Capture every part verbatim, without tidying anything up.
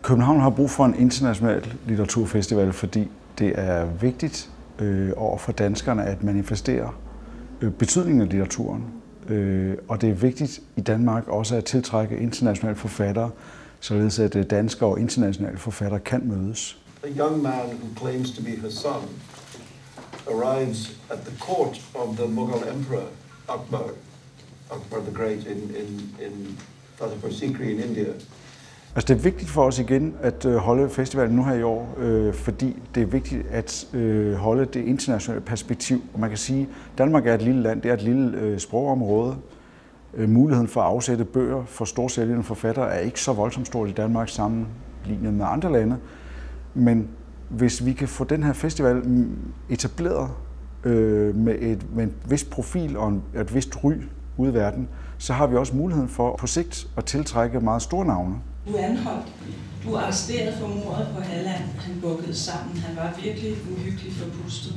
København har brug for en international litteraturfestival, fordi det er vigtigt øh, over for danskerne at manifestere øh, betydningen af litteraturen. Øh, og det er vigtigt i Danmark også at tiltrække internationale forfattere, således at danskere og internationale forfattere kan mødes. A young man who claims to be her son arrives at the court of the Mughal emperor Akbar, Akbar the Great in in in Fatehpur Sikri in India. Altså det er vigtigt for os igen at holde festivalen nu her i år, øh, fordi det er vigtigt at øh, holde det internationale perspektiv. Og man kan sige, at Danmark er et lille land, det er et lille øh, sprogområde. Øh, muligheden for at afsætte bøger for storsælgende forfattere er ikke så voldsomt stort i Danmark sammenlignet med andre lande. Men hvis vi kan få den her festival etableret øh, med, et, med en vis profil og en, et vist ry ude i verden, så har vi også muligheden for på sigt at tiltrække meget store navne. Du er anholdt. Du er arresteret for mordet på Halland. Han bukkede sammen. Han var virkelig uhyggelig forpustet.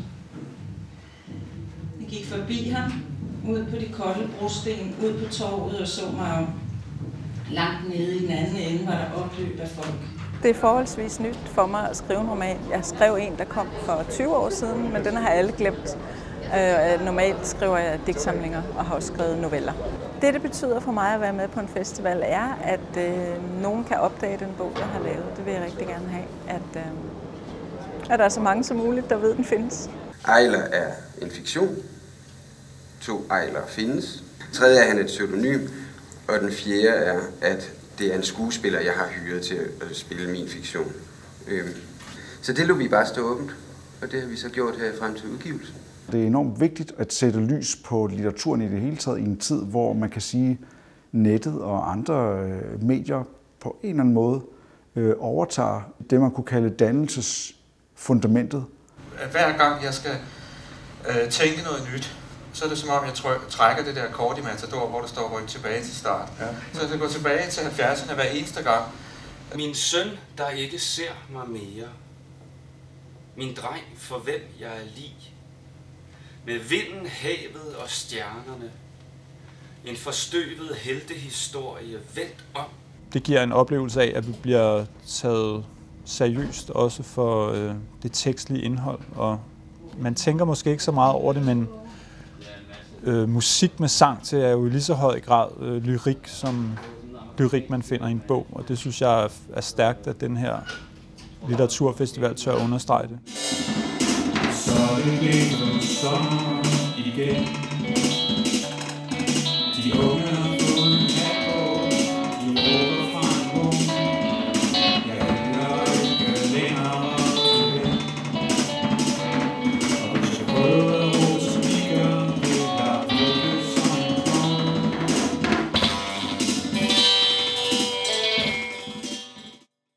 Jeg gik forbi ham, ud på de kolde brosten, ud på torvet og så mig langt nede i den anden ende, var der opløb af folk. Det er forholdsvis nyt for mig at skrive en roman. Jeg skrev en, der kom for tyve år siden, men den har alle glemt. Normalt skriver jeg digtsamlinger og har også skrevet noveller. Det, det betyder for mig at være med på en festival, er, at øh, nogen kan opdage den bog, jeg har lavet. Det vil jeg rigtig gerne have. At, øh, at der er så mange som muligt, der ved, at den findes. Ejler er en fiktion. To Ejler findes. Tredje er han et pseudonym. Og den fjerde er, at det er en skuespiller, jeg har hyret til at spille min fiktion. Øh, så det lå vi bare stå åbent. Og det har vi så gjort her frem til udgivelsen. Det er enormt vigtigt at sætte lys på litteraturen i det hele taget i en tid, hvor man kan sige, nettet og andre øh, medier på en eller anden måde øh, overtager det, man kunne kalde dannelsesfundamentet. Hver gang jeg skal øh, tænke noget nyt, så er det som om, jeg trækker det der kort i Matador, hvor der står ryk tilbage til start. Ja. Så det går tilbage til halvfjerdserne hver eneste gang. Min søn, der ikke ser mig mere. Min dreng, for hvem jeg er lig. Med vinden, havet og stjernerne. En forstøvet heltehistorie vendt om. Det giver en oplevelse af, at vi bliver taget seriøst også for øh, det tekstlige indhold. Og man tænker måske ikke så meget over det, men øh, musik med sang til er jo i lige så høj grad øh, lyrik, som lyrik man finder i en bog. Og det synes jeg er stærkt, at den her litteraturfestival tør understrege det. Så det bliver sommer igen.